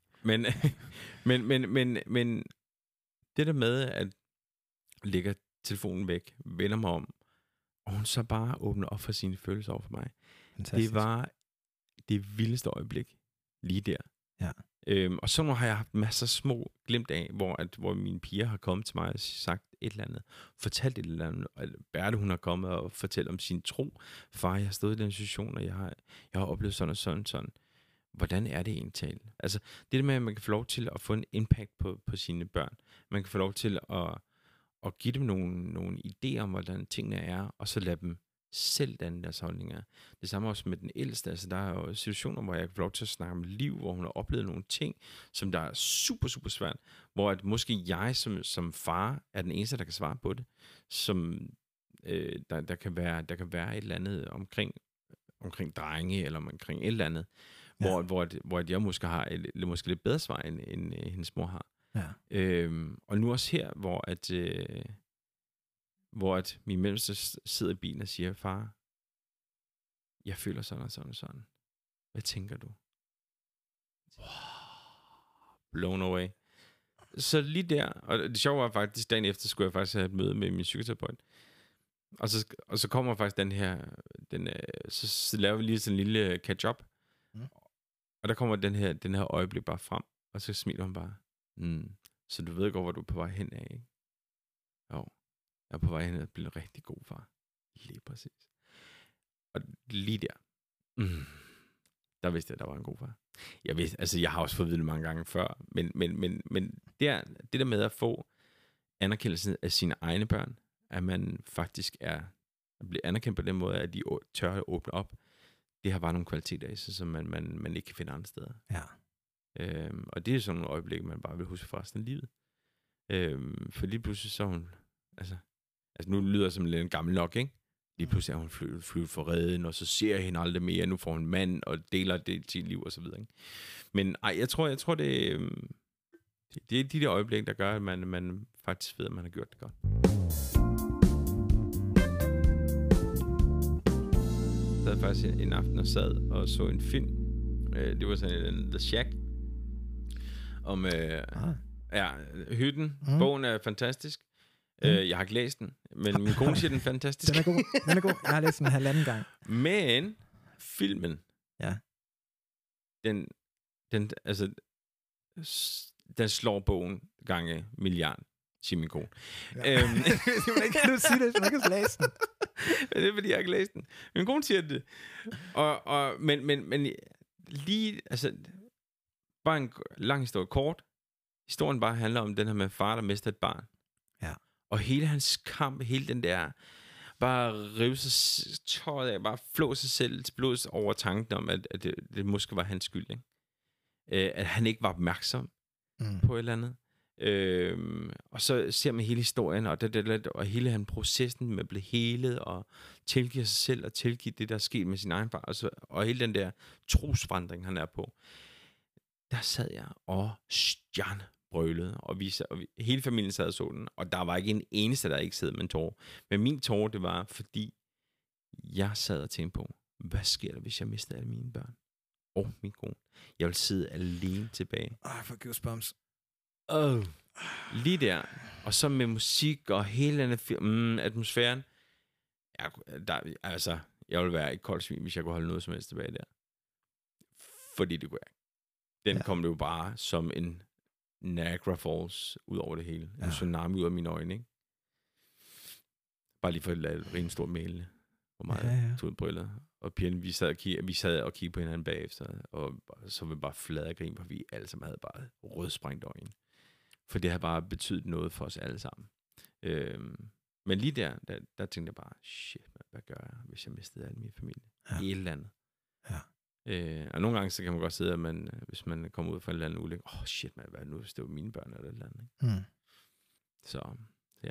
Men det der med, at lægger telefonen væk, vender mig om, og hun så bare åbner op for sine følelser over for mig. Fantastisk. Det var det vildeste øjeblik lige der. Ja. Og så har jeg haft masser af små glimt af, hvor mine piger har kommet til mig og sagt et eller andet, fortalt et eller andet. Berthe, hun har kommet og fortalt om sin tro. Far, jeg har stået i den situation, og jeg har oplevet sådan og sådan. Hvordan er det egentlig? Altså, det der med, at man kan få lov til at få en impact på sine børn. Man kan få lov til at give dem nogle idéer om, hvordan tingene er, og så lade dem selv danne deres holdninger. Det samme også med den ældste. Altså, der er jo situationer, hvor jeg kan få lov til at snakke om liv, hvor hun har oplevet nogle ting, som der er super, super svært, hvor at måske jeg som far er den eneste, der kan svare på det, som der kan være et eller andet omkring drenge, eller omkring et eller andet, ja. hvor jeg måske har måske lidt bedre svar, end hendes mor har. Ja. Og nu også her, hvor at min mellemste sidder i bilen og siger, far, jeg føler sådan og sådan og sådan. Hvad tænker du? Wow. Blown away. Så lige der, og det sjove var faktisk, dagen efter skulle jeg faktisk have et møde med min psykoterapeut. Og så kommer faktisk så laver vi lige sådan en lille catch-up. Og der kommer den her øjeblik bare frem, og så smiler hun bare. Så du ved godt, hvor du er på vej hen af, ikke? Jo. Jeg er på vej hen at blive en rigtig god far. Lige præcis. Og lige der, der vidste jeg, at der var en god far. Jeg har også fået vide det mange gange før, men det der med at få anerkendelsen af sine egne børn, at man faktisk at blive anerkendt på den måde, at de tør at åbne op, det har bare nogle kvaliteter i sig, som man ikke kan finde andre steder. Ja. Og det er sådan nogle øjeblikke, man bare vil huske for resten af livet. For lige pludselig så hun, altså nu lyder jeg som en gammel nok, ikke? Lige pludselig er hun flyvet for redden, og så ser jeg hende aldrig mere, nu får hun en mand, og deler det til liv, og så videre, ikke? Men jeg tror det er de der øjeblikke, der gør, at man faktisk ved, at man har gjort det godt. Jeg sad faktisk en aften og sad og så en film. Det var sådan en The Shack. Om hytten. Bogen er fantastisk. Jeg har ikke læst den, men min kone siger, den er fantastisk. Den er god. Jeg har læst den 1,5 gang. Men filmen, ja, den slår bogen gange milliard, siger min kone. Ja. Kan du sige det, hvis man ikke har læst den? Det er, fordi jeg ikke har læst den. Min kone siger det. Men lige, altså, bare en lang historie kort. Historien bare handler om den her med far, der mister et barn. Ja. Og hele hans kamp, hele den der, bare rive sig tøjet af, bare flå sig selv til blods over tanken om, at det måske var hans skyld, ikke? At han ikke var opmærksom på et eller andet. Og så ser man hele historien, og hele han processen med at blive helet, og tilgive sig selv, og tilgive det, der er sket med sin egen far, og hele den der trosforandring, han er på. Der sad jeg og stjernebrølede, og hele familien sad og så den, og der var ikke en eneste, der ikke sad med en tårer. Men min tårer, det var, fordi jeg sad og tænkte på, hvad sker der, hvis jeg mister alle mine børn? Og min kone. Jeg vil sidde alene tilbage. For goosebumps. Lige der. Og så med musik og hele den atmosfæren. Jeg ville være et koldt svin, hvis jeg kunne holde noget som helst tilbage der. Fordi det kunne jeg. Den kom det jo bare som en Niagara Falls ud over det hele. En tsunami ud af mine øjne, ikke? Bare lige for at lade det rent stort mælende. hvor meget tog briller. Og pigerne, vi sad og kiggede på hinanden bagefter, og så var vi bare flade af grin, for vi alle sammen havde bare rødsprængt øjne. For det har bare betydet noget for os alle sammen. Men lige der tænkte jeg bare, shit, hvad gør jeg, hvis jeg mistede al min familie? I et eller andet. Ja. Og nogle gange, så kan man godt sidde, at hvis man kommer ud fra en eller anden ulykke, shit, hvad er det nu, hvis det var mine børn eller et eller andet. Ikke? Så, ja.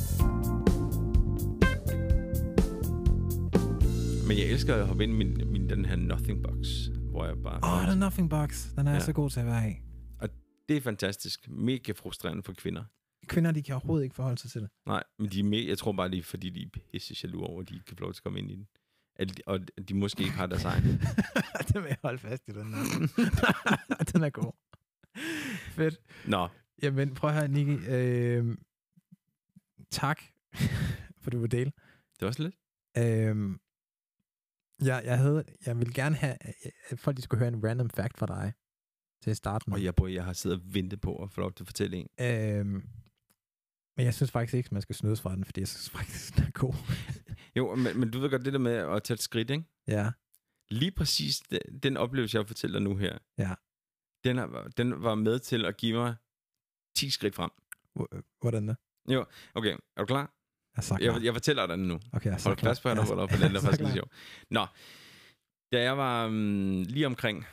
Men jeg elsker at hoppe ind i den her nothing box, hvor jeg bare... den nothing box, den er jeg så god til at være i. Og det er fantastisk. Mega frustrerende for kvinder. Kvinder, de kan overhovedet ikke forholde sig til det. Nej, men jeg tror bare, det er fordi, de er pisse jaloux over, at de ikke kan få lov til at komme ind i den. Og de måske ikke har deres egen. Det vil jeg holde fast i, den her. Den er god. Fedt. Nå. Jamen, prøv at høre, Nicky. Tak, for du vil dele. Det var også lidt. Jeg vil gerne have, at folk de skulle høre en random fact fra dig til at starte med. Og jeg har siddet og ventet på at få lov til at fortælle en. Men jeg synes faktisk ikke, at man skal snydes fra den, fordi jeg synes faktisk, den er god. Jo, men du ved godt det der med at tage et skridt, ikke? Ja. Lige præcis den oplevelse, jeg fortæller nu her, ja. Den var med til at give mig 10 skridt frem. Hvordan det? Jo, okay. Er du klar? Jeg fortæller dig den nu. Okay, jeg er så hold fast på, at du på den der faktisk er sjov. Nå, da jeg var lige omkring...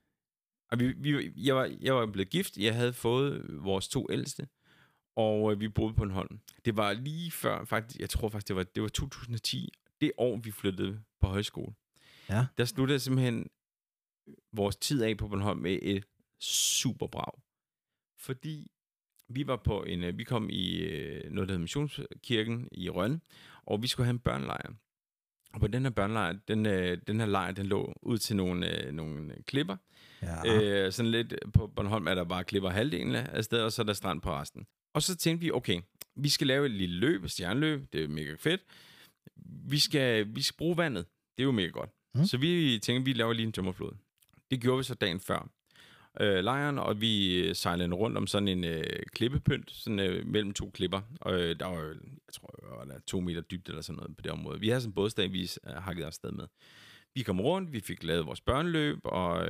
Jeg var blevet gift. Jeg havde fået vores 2 ældste. Og vi boede på Bornholm. Det var lige før, faktisk, jeg tror faktisk, det var 2010. Det år, vi flyttede på højskole. Ja. Der sluttede simpelthen vores tid af på Bornholm med et super brag. Fordi vi kom i noget, der hed Missionskirken i Rønne, og vi skulle have en børnelejr. Og på den her børnelejr, den her lejr, den lå ud til nogle klipper. Ja. Sådan lidt på Bornholm er der bare klipper halvdelen af stedet, og så er der strand på resten. Og så tænkte vi, okay, vi skal lave et lille løb, stjerneløb, det er mega fedt. Vi skal bruge vandet, det er jo mega godt. Så vi tænkte, vi laver lige en tømmerflod. Det gjorde vi så dagen før lejren, og vi sejlede rundt om sådan en klippepynt, sådan mellem 2 klipper. Og der var, jeg tror, der 2 meter dybt eller sådan noget på det område. Vi havde sådan en bådsdag, vi hakkede afsted med. Vi kom rundt, vi fik lavet vores børneløb,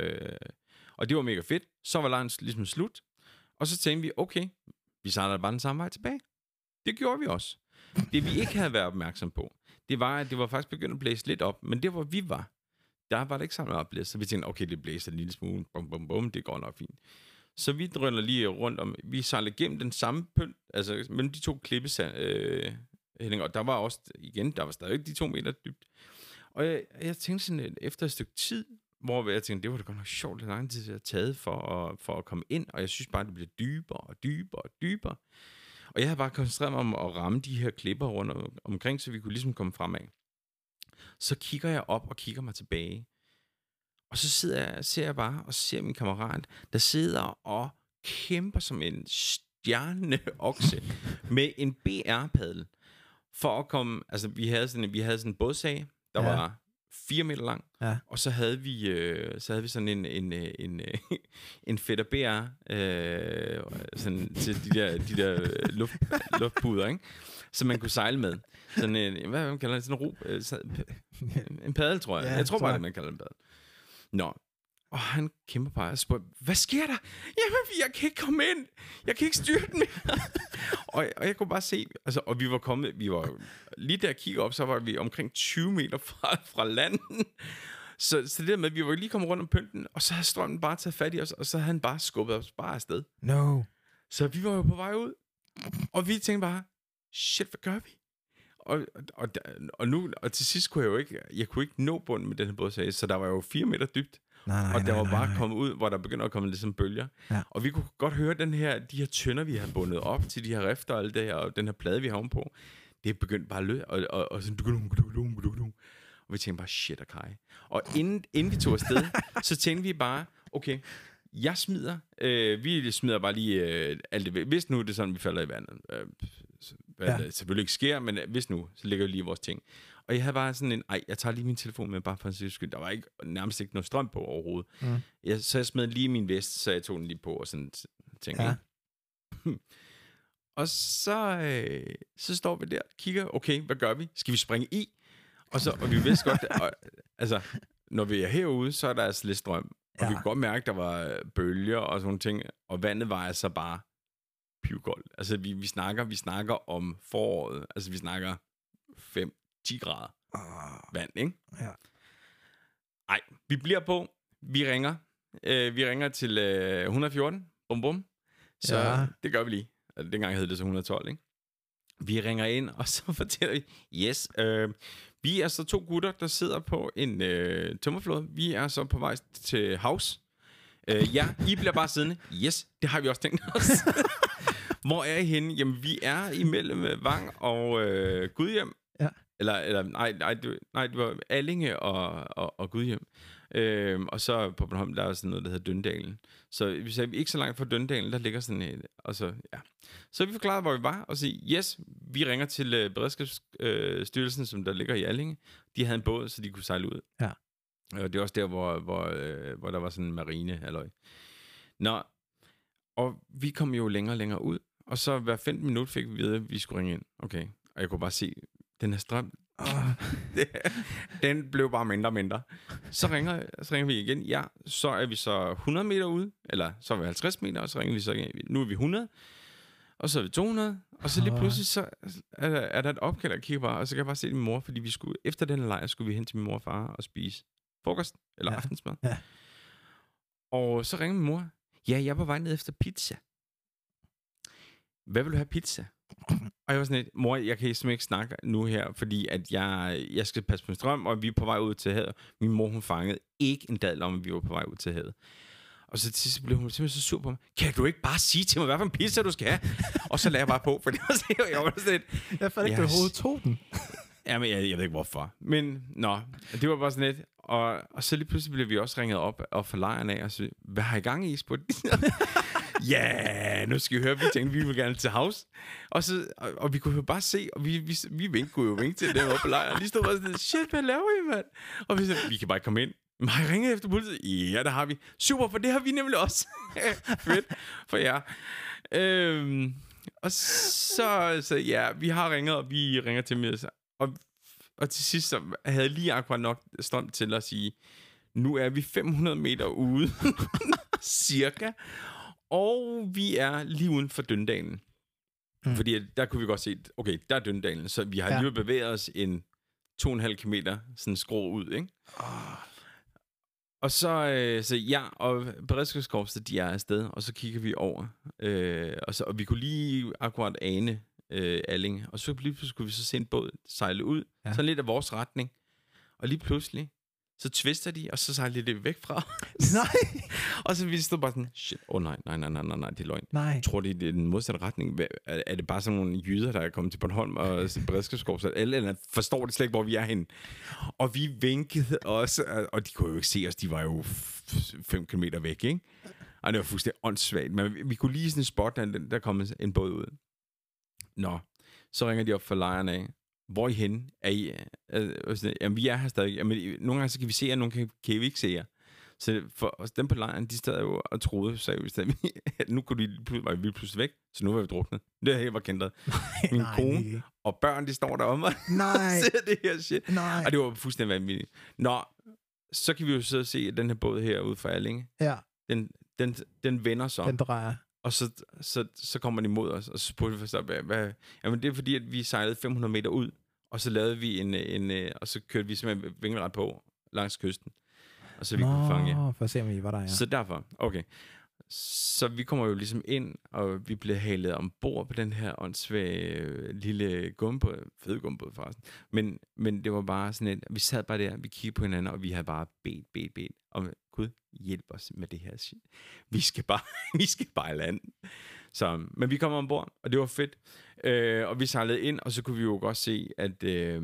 og det var mega fedt. Så var lejren ligesom slut, og så tænkte vi, okay, vi sejler bare den samme vej tilbage. Det gjorde vi også. Det vi ikke havde været opmærksom på, det var, at det var faktisk begyndt at blæse lidt op, men det hvor vi var, der var det ikke så meget blæst, så vi tænkte, okay, det blæser en lille smule, bum, bum, bum, det går nok fint. Så vi drønner lige rundt om, vi sejler gennem den samme pynt, altså mellem de 2 klippehændinger, og der var også, igen, der var stadig de 2 meter dybt. Og jeg tænkte sådan, efter et stykke tid, hvor jeg tænkte, det var da godt nok sjovt, det lang tid, jeg har taget for at komme ind, og jeg synes bare, det blev dybere og dybere og dybere. Og jeg havde bare koncentreret mig om at ramme de her klipper rundt omkring, så vi kunne ligesom komme fremad. Så kigger jeg op og kigger mig tilbage. Og så ser jeg bare og ser min kammerat, der sidder og kæmper som en stjerneokse med en BR-paddel. For at komme, altså vi havde sådan en bådsag, der var 4 meter lang, og så havde vi sådan en fætter BR sådan til de der luftpuder, ikke? Som man kunne sejle med. Sådan en, hvad man kalder det, sådan en paddel, tror jeg. Ja, jeg tror bare, det man kalder en paddel. Nå, og han kæmper bare og spørger, hvad sker der? Jamen, jeg kan ikke komme ind. Jeg kan ikke styre den mere. og jeg kunne bare se, altså, og vi var lige der jeg kiggede op, så var vi omkring 20 meter fra landet. Så det der med, at vi var lige kommet rundt om pynten, og så havde strømmen bare taget fat i os, og så havde han bare skubbet os bare afsted. No. Så vi var jo på vej ud, og vi tænkte bare, shit, hvad gør vi? Og til sidst kunne jeg kunne ikke nå bunden med den her bådsag, så der var jo 4 meter dybt. Og der var bare kommet ud, hvor der begynder at komme lidt sådan bølger. Ja. Og vi kunne godt høre de her tønder, vi har bundet op til de her rifter og alt det her, og den her plade, vi har ovenpå. Det begyndte bare at løbe, og sådan... Og vi tænkte bare, shit og kaj. Og inden vi tog afsted, så tænkte vi bare, okay, jeg smider. Vi smider bare lige alt det. Hvis nu det er sådan, vi falder i vandet. Det selvfølgelig ikke sker, men hvis nu, så lægger vi lige vores ting. Og jeg havde bare sådan jeg tager lige min telefon med, bare for en sags skyld. Der var nærmest ikke noget strøm på overhovedet. Så jeg smed lige min vest, så jeg tog den lige på, og sådan tænkte jeg. Og så står vi der, kigger, okay, hvad gør vi? Skal vi springe i? Og vi vidste godt, altså, når vi er herude, så er der altså lidt strøm. Og vi kunne godt mærke, at der var bølger og sådan nogle ting. Og vandet var altså bare pivkoldt. Altså, vi snakker om foråret. Altså, vi snakker 5-10 grader vand, ikke? Ja. Nej, vi bliver på. Vi ringer til 114. Bum, bum. Så det gør vi lige. Altså, dengang hed det så 112, ikke? Vi ringer ind, og så fortæller vi, yes, vi er så 2 gutter, der sidder på en tømmerflåde. Vi er så på vej til havs. Ja, I bliver bare siddende. Yes, det har vi også tænkt os. Hvor er I henne? Jamen, vi er imellem Vang og Gudhjem. Ja. Eller nej, det var Allinge og Gudhjem. Og så på Bornholm, der er sådan noget, der hedder Døndalen. Så vi sagde, ikke så langt fra Døndalen, der ligger sådan et... Og så, ja. Så vi forklarede, hvor vi var, og sige, yes, vi ringer til Beredskabsstyrelsen, som der ligger i Allinge. De havde en båd, så de kunne sejle ud. Ja. Og det er også der, hvor der var sådan en marine, halløj. Nå, og vi kom jo længere og længere ud, og så hver 15 minut fik vi vide, at vi skulle ringe ind. Okay, og jeg kunne bare se, den her strøm, den blev bare mindre og mindre. Så ringer vi igen. Ja, så er vi så 100 meter ude, eller så er vi 50 meter, og så ringer vi så igen. Nu er vi 100, og så er vi 200, og så lige pludselig så er der et opkald, der kigger bare, og så kan jeg bare se min mor, fordi vi skulle, efter den lejr, skulle vi hen til min mor og far og spise frokost, eller aftensmad. Ja. Og så ringer min mor. Ja, jeg er på vej ned efter pizza. Hvad vil du have pizza? Og jeg var sådan lidt, mor, jeg kan simpelthen ikke snakke nu her, fordi at jeg skal passe på min strøm, og vi er på vej ud til havet. Min mor, hun fangede ikke en dadel om, at vi var på vej ud til havet. Og så til sidst blev hun simpelthen så sur på mig. Kan du ikke bare sige til mig, hvad for en pizza du skal have? Og så lagde jeg bare på, for det var sådan, jeg var sådan lidt... Jeg fandt ikke, du overhovedet tog den. Jamen, jeg ved ikke hvorfor. Men, det var bare sådan lidt. Og så lige pludselig blev vi også ringet op og fra lejren af og så, hvad har I gang i, spurgte ja, nu skal I høre, vi tænkte, vi vil gerne til havs. Og vi kunne jo bare se, og vi kunne jo vinke til dem oppe på lejren. Lige stod bare sådan, shit, hvad laver I, mand? Og vi sagde, vi kan bare ikke komme ind. Men har I ringet efter politiet? Ja, det har vi. Super, for det har vi nemlig også. Fedt for jer. Og så ja, vi har ringet, og vi ringer til mig. Og til sidst så havde jeg lige akkurat nok strøm til at sige, nu er vi 500 meter ude, cirka, og vi er lige uden for Døndalen. Fordi der kunne vi godt se, okay, der er Døndalen, så vi har lige bevæget os en 2,5 kilometer sådan skrå ud, ikke? Og så ja, og beredskabskorpset, de er afsted, og så kigger vi over, og vi kunne lige akkurat ane Allinge, og så lige pludselig skulle vi så se en båd sejle ud, sådan lidt af vores retning, og lige pludselig, så twister de, og så sejler de væk fra os. Nej! Og så vi stod bare sådan, shit, nej, det er løgn. Nej. Tror de, det er den modsatte retning? Er det bare sådan nogle jyder, der er kommet til Bornholm og beredskabskorpset? Eller forstår de slet ikke, hvor vi er henne? Og vi vinkede også, og de kunne jo ikke se os, de var jo 5 kilometer væk, ikke? Og det var fuldstændig åndssvagt, men vi kunne lige sådan spotte, at der kom en båd ud. Nå, så ringer de op for lejren af. Hvor er I henne? Er I, jamen, vi er her stadig. Jamen, nogle gange så kan vi se jer, nogle kan vi ikke se jer. Så for os, dem på lejren, de stod jo og troede seriøst, at nu kunne var vi pludselig væk, så nu var vi druknet. Det her var kendt. Min kone og børn, de står der om og ser det her shit. Nej. Og det var fuldstændig vanvittigt. Nå, så kan vi jo så se, at den her båd her ude fra Allinge, den vender så. Den drejer. Og så kommer de imod os, og så spurgte vi først, hvad? Jamen, det er fordi, at vi sejlede 500 meter ud, og så lavede vi og så kørte vi simpelthen vinkelret på langs kysten, og så vi kunne fange jer. For at se, om I var der, ja. Så derfor, okay. Så vi kommer jo ligesom ind, og vi blev halet ombord på den her åndssvage lille gummibåd, fed gummibåd forresten. Men det var bare sådan et, vi sad bare der, vi kiggede på hinanden, og vi havde bare bedt, og Gud, hjælp os med det her shit. Vi skal bare i land. Så, men vi kom ombord, og det var fedt. Og vi sejlede ind, og så kunne vi jo godt se, at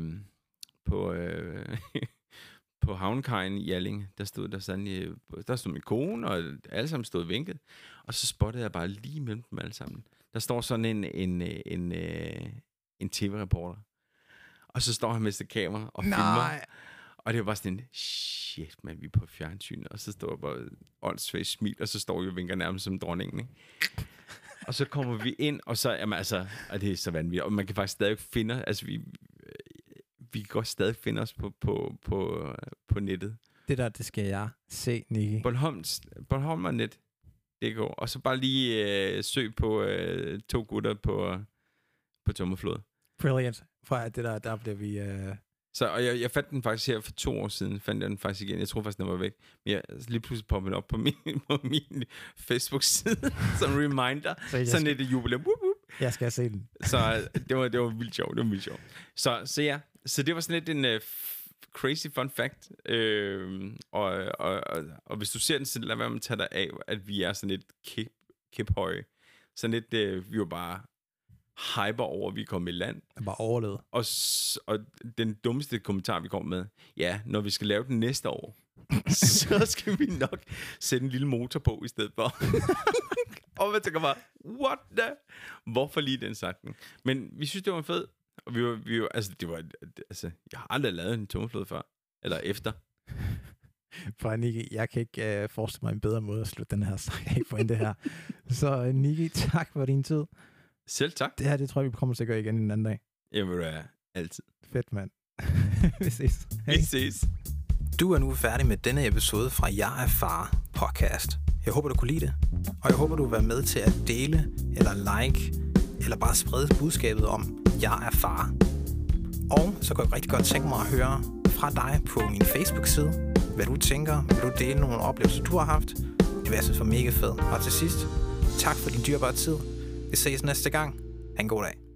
på havnekajen i Allinge, der stod min kone, og alle sammen stod vinket. Og så spottede jeg bare lige mellem dem alle sammen. Der står sådan en tv-reporter. Og så står han med sit kamera og filmer. Og det var bare sådan shit, man, vi er på fjernsynet. Og så står jeg bare åndssvagt smil, og så står jeg og vinker nærmest som dronningen, ikke? Og så kommer vi ind, og så, jamen altså, og det er så vanvittigt. Og man kan faktisk stadig finde, altså vi kan godt stadig finde os på nettet. Det skal jeg se, Nicky. Bornholmernet.dk. Og så bare lige søg på 2 gutter på Tømmerflod. Brilliant. Fra det der bliver vi... Så, og jeg fandt den faktisk her for 2 år siden, fandt jeg den faktisk igen. Jeg tror faktisk, den var væk. Men jeg lige pludselig poppede den op på min Facebook-side som reminder. Sådan et jubilæum. Jeg skal se den. Så det var vildt sjovt. Så ja, så det var sådan lidt en crazy fun fact. Og hvis du ser den, så lad være med at tage dig af, at vi er sådan lidt kæphøje. Sådan lidt, vi var bare hyper over, at vi kom i land. Bare overlevet. Og den dummeste kommentar, vi kom med, ja, når vi skal lave den næste år, så skal vi nok sætte en lille motor på i stedet for. Og man tænker bare, what the? Hvorfor lige den sagten? Men vi synes, det var fed. Og vi var jeg har aldrig lavet en tømmerflod før. Eller efter. For Nicky, jeg kan ikke forestille mig en bedre måde at slutte den her snak af på end det her. Så Nicky, tak for din tid. Selv tak. Det tror jeg, vi kommer til at gøre igen en anden dag. Jamen, altid. Fedt, mand. Vi ses. Vi ses. Du er nu færdig med denne episode fra Jeg er Far podcast. Jeg håber, du kunne lide det. Og jeg håber, du vil være med til at dele, eller like, eller bare sprede budskabet om, Jeg er Far. Og så kunne jeg rigtig godt tænke mig at høre fra dig på min Facebook-side, hvad du tænker. Vil du dele nogle oplevelser, du har haft? Det vil jeg synes var mega fedt. Og til sidst, tak for din dyrebare tid. Vi ses næste gang. Ha' en god dag.